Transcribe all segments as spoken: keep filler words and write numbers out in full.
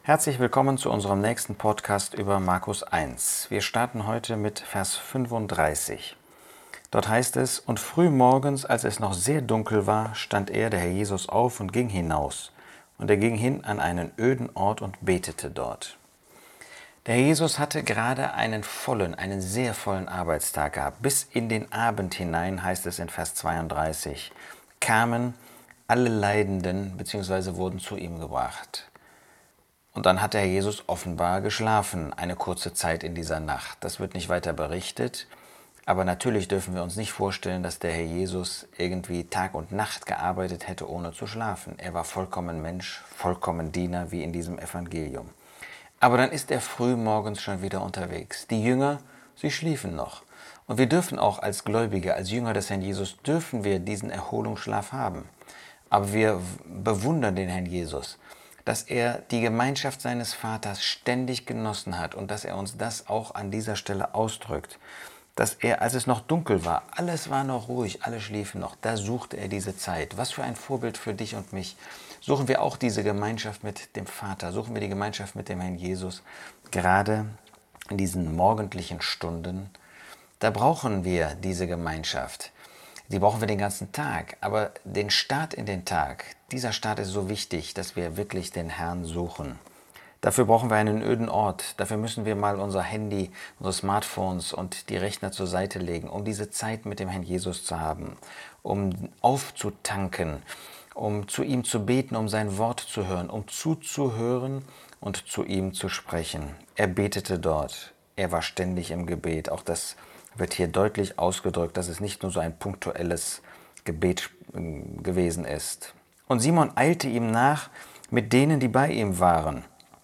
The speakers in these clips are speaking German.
Herzlich willkommen zu unserem nächsten Podcast über Markus eins. Wir starten heute mit Vers fünfunddreißig. Dort heißt es: Und früh morgens, als es noch sehr dunkel war, stand er, der Herr Jesus, auf und ging hinaus. Und er ging hin an einen öden Ort und betete dort. Der Herr Jesus hatte gerade einen vollen, einen sehr vollen Arbeitstag gehabt. Bis in den Abend hinein, heißt es in Vers zweiunddreißig, kamen alle Leidenden bzw. wurden zu ihm gebracht. Und dann hat der Herr Jesus offenbar geschlafen, eine kurze Zeit in dieser Nacht. Das wird nicht weiter berichtet, aber natürlich dürfen wir uns nicht vorstellen, dass der Herr Jesus irgendwie Tag und Nacht gearbeitet hätte, ohne zu schlafen. Er war vollkommen Mensch, vollkommen Diener, wie in diesem Evangelium. Aber dann ist er früh morgens schon wieder unterwegs. Die Jünger, sie schliefen noch. Und wir dürfen auch als Gläubige, als Jünger des Herrn Jesus, dürfen wir diesen Erholungsschlaf haben. Aber wir bewundern den Herrn Jesus, dass er die Gemeinschaft seines Vaters ständig genossen hat und dass er uns das auch an dieser Stelle ausdrückt. Dass er, als es noch dunkel war, alles war noch ruhig, alle schliefen noch, da suchte er diese Zeit. Was für ein Vorbild für dich und mich. Suchen wir auch diese Gemeinschaft mit dem Vater, suchen wir die Gemeinschaft mit dem Herrn Jesus, gerade in diesen morgendlichen Stunden. Da brauchen wir diese Gemeinschaft. Die brauchen wir den ganzen Tag, aber den Start in den Tag, dieser Start ist so wichtig, dass wir wirklich den Herrn suchen. Dafür brauchen wir einen öden Ort, dafür müssen wir mal unser Handy, unsere Smartphones und die Rechner zur Seite legen, um diese Zeit mit dem Herrn Jesus zu haben, um aufzutanken, um zu ihm zu beten, um sein Wort zu hören, um zuzuhören und zu ihm zu sprechen. Er betete dort, er war ständig im Gebet, auch das wird hier deutlich ausgedrückt, dass es nicht nur so ein punktuelles Gebet gewesen ist. Und Simon eilte ihm nach mit denen, die bei ihm waren.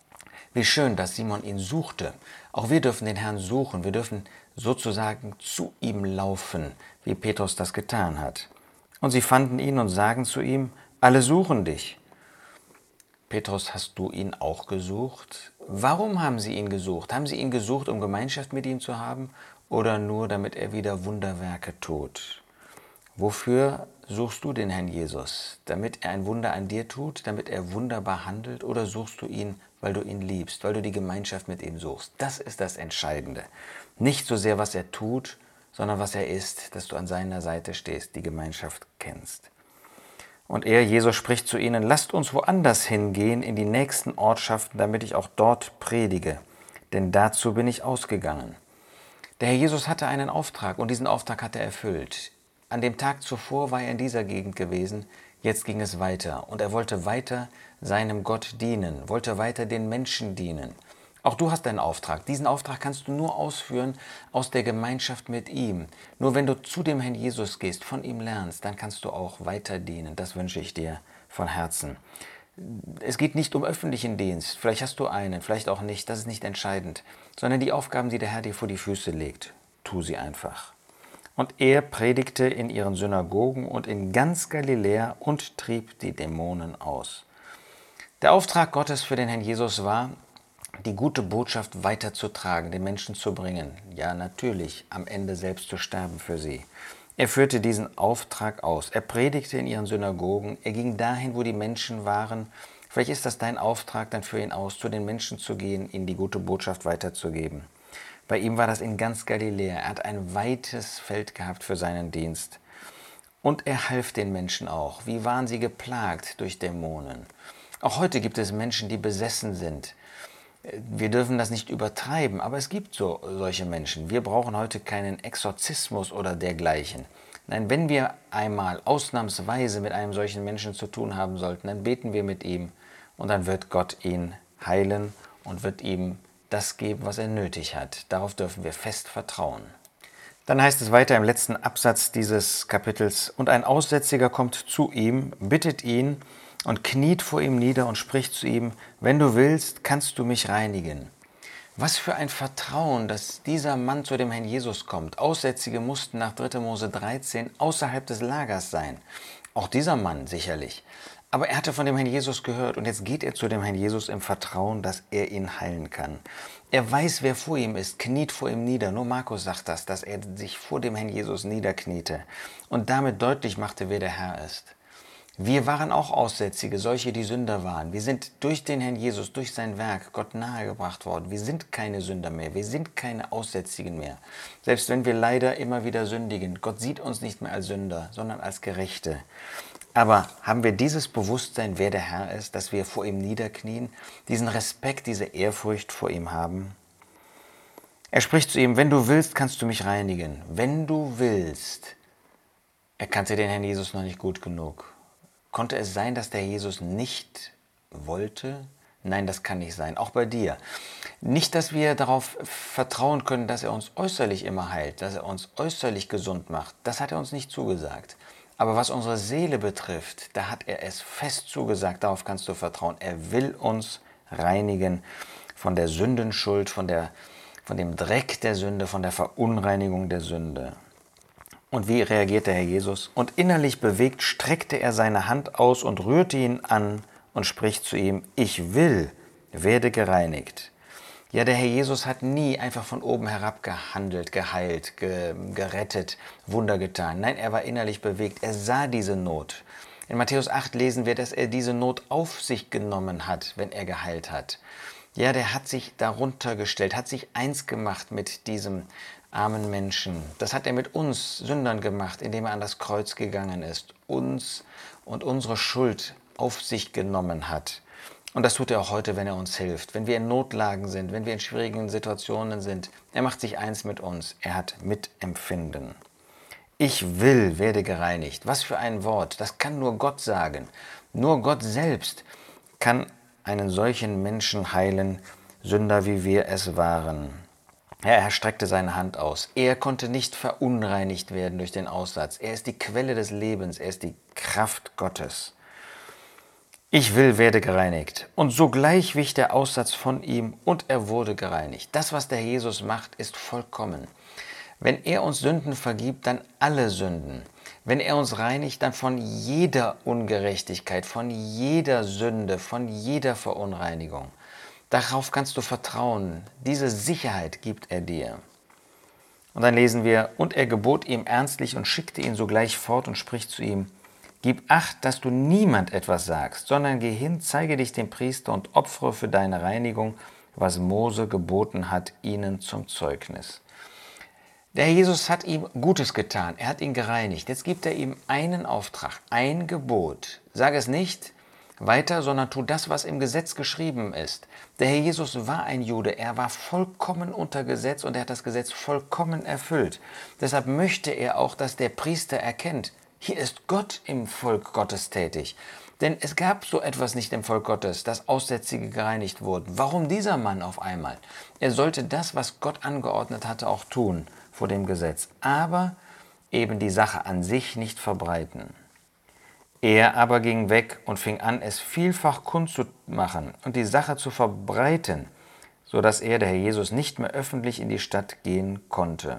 Wie schön, dass Simon ihn suchte. Auch wir dürfen den Herrn suchen. Wir dürfen sozusagen zu ihm laufen, wie Petrus das getan hat. Und sie fanden ihn und sagen zu ihm: Alle suchen dich. Petrus, hast du ihn auch gesucht? Warum haben sie ihn gesucht? Haben sie ihn gesucht, um Gemeinschaft mit ihm zu haben oder nur, damit er wieder Wunderwerke tut? Wofür suchst du den Herrn Jesus? Damit er ein Wunder an dir tut, damit er wunderbar handelt, oder suchst du ihn, weil du ihn liebst, weil du die Gemeinschaft mit ihm suchst? Das ist das Entscheidende. Nicht so sehr, was er tut, sondern was er ist, dass du an seiner Seite stehst, die Gemeinschaft kennst. Und er, Jesus, spricht zu ihnen: Lasst uns woanders hingehen, in die nächsten Ortschaften, damit ich auch dort predige, denn dazu bin ich ausgegangen. Der Herr Jesus hatte einen Auftrag und diesen Auftrag hat er erfüllt. An dem Tag zuvor war er in dieser Gegend gewesen, jetzt ging es weiter und er wollte weiter seinem Gott dienen, wollte weiter den Menschen dienen. Auch du hast einen Auftrag. Diesen Auftrag kannst du nur ausführen aus der Gemeinschaft mit ihm. Nur wenn du zu dem Herrn Jesus gehst, von ihm lernst, dann kannst du auch weiter dienen. Das wünsche ich dir von Herzen. Es geht nicht um öffentlichen Dienst. Vielleicht hast du einen, vielleicht auch nicht. Das ist nicht entscheidend. Sondern die Aufgaben, die der Herr dir vor die Füße legt, tu sie einfach. Und er predigte in ihren Synagogen und in ganz Galiläa und trieb die Dämonen aus. Der Auftrag Gottes für den Herrn Jesus war, die gute Botschaft weiterzutragen, den Menschen zu bringen. Ja, natürlich, am Ende selbst zu sterben für sie. Er führte diesen Auftrag aus. Er predigte in ihren Synagogen. Er ging dahin, wo die Menschen waren. Vielleicht ist das dein Auftrag dann für ihn aus, zu den Menschen zu gehen, ihnen die gute Botschaft weiterzugeben. Bei ihm war das in ganz Galiläa. Er hat ein weites Feld gehabt für seinen Dienst. Und er half den Menschen auch. Wie waren sie geplagt durch Dämonen? Auch heute gibt es Menschen, die besessen sind. Wir dürfen das nicht übertreiben, aber es gibt so solche Menschen. Wir brauchen heute keinen Exorzismus oder dergleichen. Nein, wenn wir einmal ausnahmsweise mit einem solchen Menschen zu tun haben sollten, dann beten wir mit ihm und dann wird Gott ihn heilen und wird ihm das geben, was er nötig hat. Darauf dürfen wir fest vertrauen. Dann heißt es weiter im letzten Absatz dieses Kapitels: Und ein Aussätziger kommt zu ihm, bittet ihn und kniet vor ihm nieder und spricht zu ihm: Wenn du willst, kannst du mich reinigen. Was für ein Vertrauen, dass dieser Mann zu dem Herrn Jesus kommt. Aussätzige mussten nach dritter Mose dreizehn außerhalb des Lagers sein. Auch dieser Mann sicherlich. Aber er hatte von dem Herrn Jesus gehört und jetzt geht er zu dem Herrn Jesus im Vertrauen, dass er ihn heilen kann. Er weiß, wer vor ihm ist, kniet vor ihm nieder. Nur Markus sagt das, dass er sich vor dem Herrn Jesus niederkniete und damit deutlich machte, wer der Herr ist. Wir waren auch Aussätzige, solche, die Sünder waren. Wir sind durch den Herrn Jesus, durch sein Werk Gott nahegebracht worden. Wir sind keine Sünder mehr, wir sind keine Aussätzigen mehr. Selbst wenn wir leider immer wieder sündigen. Gott sieht uns nicht mehr als Sünder, sondern als Gerechte. Aber haben wir dieses Bewusstsein, wer der Herr ist, dass wir vor ihm niederknien, diesen Respekt, diese Ehrfurcht vor ihm haben? Er spricht zu ihm, wenn du willst, kannst du mich reinigen. Wenn du willst. Er kannte den Herrn Jesus noch nicht gut genug. Konnte es sein, dass der Jesus nicht wollte? Nein, das kann nicht sein, auch bei dir. Nicht, dass wir darauf vertrauen können, dass er uns äußerlich immer heilt, dass er uns äußerlich gesund macht. Das hat er uns nicht zugesagt. Aber was unsere Seele betrifft, da hat er es fest zugesagt, darauf kannst du vertrauen. Er will uns reinigen von der Sündenschuld, von, der, von dem Dreck der Sünde, von der Verunreinigung der Sünde. Und wie reagiert der Herr Jesus? Und innerlich bewegt streckte er seine Hand aus und rührte ihn an und spricht zu ihm, ich will, werde gereinigt. Ja, der Herr Jesus hat nie einfach von oben herab gehandelt, geheilt, ge gerettet, Wunder getan. Nein, er war innerlich bewegt, er sah diese Not. In Matthäus acht lesen wir, dass er diese Not auf sich genommen hat, wenn er geheilt hat. Ja, der hat sich darunter gestellt, hat sich eins gemacht mit diesem armen Menschen. Das hat er mit uns Sündern gemacht, indem er an das Kreuz gegangen ist, uns und unsere Schuld auf sich genommen hat. Und das tut er auch heute, wenn er uns hilft, wenn wir in Notlagen sind, wenn wir in schwierigen Situationen sind. Er macht sich eins mit uns, er hat Mitempfinden. Ich will, werde gereinigt. Was für ein Wort, das kann nur Gott sagen. Nur Gott selbst kann einen solchen Menschen heilen, Sünder wie wir es waren. Ja, er streckte seine Hand aus. Er konnte nicht verunreinigt werden durch den Aussatz. Er ist die Quelle des Lebens, er ist die Kraft Gottes. Ich will, werde gereinigt. Und sogleich wich der Aussatz von ihm und er wurde gereinigt. Das, was der Herr Jesus macht, ist vollkommen. Wenn er uns Sünden vergibt, dann alle Sünden. Wenn er uns reinigt, dann von jeder Ungerechtigkeit, von jeder Sünde, von jeder Verunreinigung. Darauf kannst du vertrauen. Diese Sicherheit gibt er dir. Und dann lesen wir, und er gebot ihm ernstlich und schickte ihn sogleich fort und spricht zu ihm, gib acht, dass du niemand etwas sagst, sondern geh hin, zeige dich dem Priester und opfere für deine Reinigung, was Mose geboten hat, ihnen zum Zeugnis. Der Herr Jesus hat ihm Gutes getan, er hat ihn gereinigt. Jetzt gibt er ihm einen Auftrag, ein Gebot. Sag es nicht weiter, sondern tu das, was im Gesetz geschrieben ist. Der Herr Jesus war ein Jude, er war vollkommen unter Gesetz und er hat das Gesetz vollkommen erfüllt. Deshalb möchte er auch, dass der Priester erkennt, hier ist Gott im Volk Gottes tätig. Denn es gab so etwas nicht im Volk Gottes, dass Aussätzige gereinigt wurden. Warum dieser Mann auf einmal? Er sollte das, was Gott angeordnet hatte, auch tun vor dem Gesetz. Aber eben die Sache an sich nicht verbreiten. Er aber ging weg und fing an, es vielfach kundzumachen und die Sache zu verbreiten, so dass er, der Herr Jesus, nicht mehr öffentlich in die Stadt gehen konnte.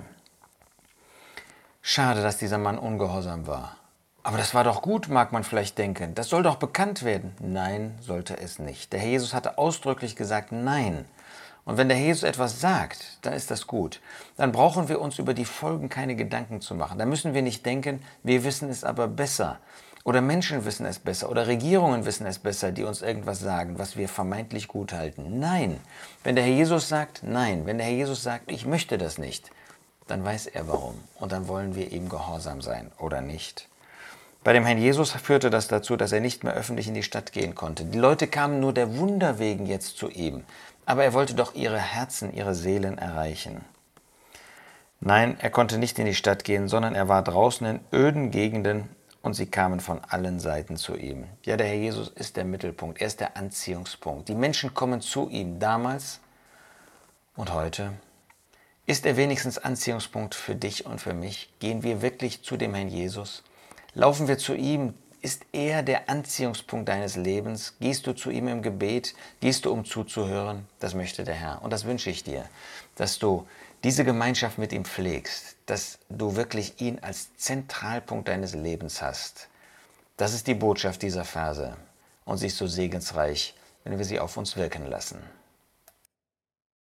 Schade, dass dieser Mann ungehorsam war. Aber das war doch gut, mag man vielleicht denken. Das soll doch bekannt werden. Nein, sollte es nicht. Der Herr Jesus hatte ausdrücklich gesagt, nein. Und wenn der Herr Jesus etwas sagt, dann ist das gut. Dann brauchen wir uns über die Folgen keine Gedanken zu machen. Da müssen wir nicht denken, wir wissen es aber besser. Oder Menschen wissen es besser. Oder Regierungen wissen es besser, die uns irgendwas sagen, was wir vermeintlich gut halten. Nein. Wenn der Herr Jesus sagt, nein. Wenn der Herr Jesus sagt, ich möchte das nicht, dann weiß er warum. Und dann wollen wir ihm gehorsam sein oder nicht. Bei dem Herrn Jesus führte das dazu, dass er nicht mehr öffentlich in die Stadt gehen konnte. Die Leute kamen nur der Wunder wegen jetzt zu ihm. Aber er wollte doch ihre Herzen, ihre Seelen erreichen. Nein, er konnte nicht in die Stadt gehen, sondern er war draußen in öden Gegenden und sie kamen von allen Seiten zu ihm. Ja, der Herr Jesus ist der Mittelpunkt, er ist der Anziehungspunkt. Die Menschen kommen zu ihm damals und heute. Ist er wenigstens Anziehungspunkt für dich und für mich? Gehen wir wirklich zu dem Herrn Jesus? Laufen wir zu ihm? Ist er der Anziehungspunkt deines Lebens? Gehst du zu ihm im Gebet? Gehst du, um zuzuhören? Das möchte der Herr. Und das wünsche ich dir, dass du diese Gemeinschaft mit ihm pflegst, dass du wirklich ihn als Zentralpunkt deines Lebens hast. Das ist die Botschaft dieser Verse und sie ist so segensreich, wenn wir sie auf uns wirken lassen.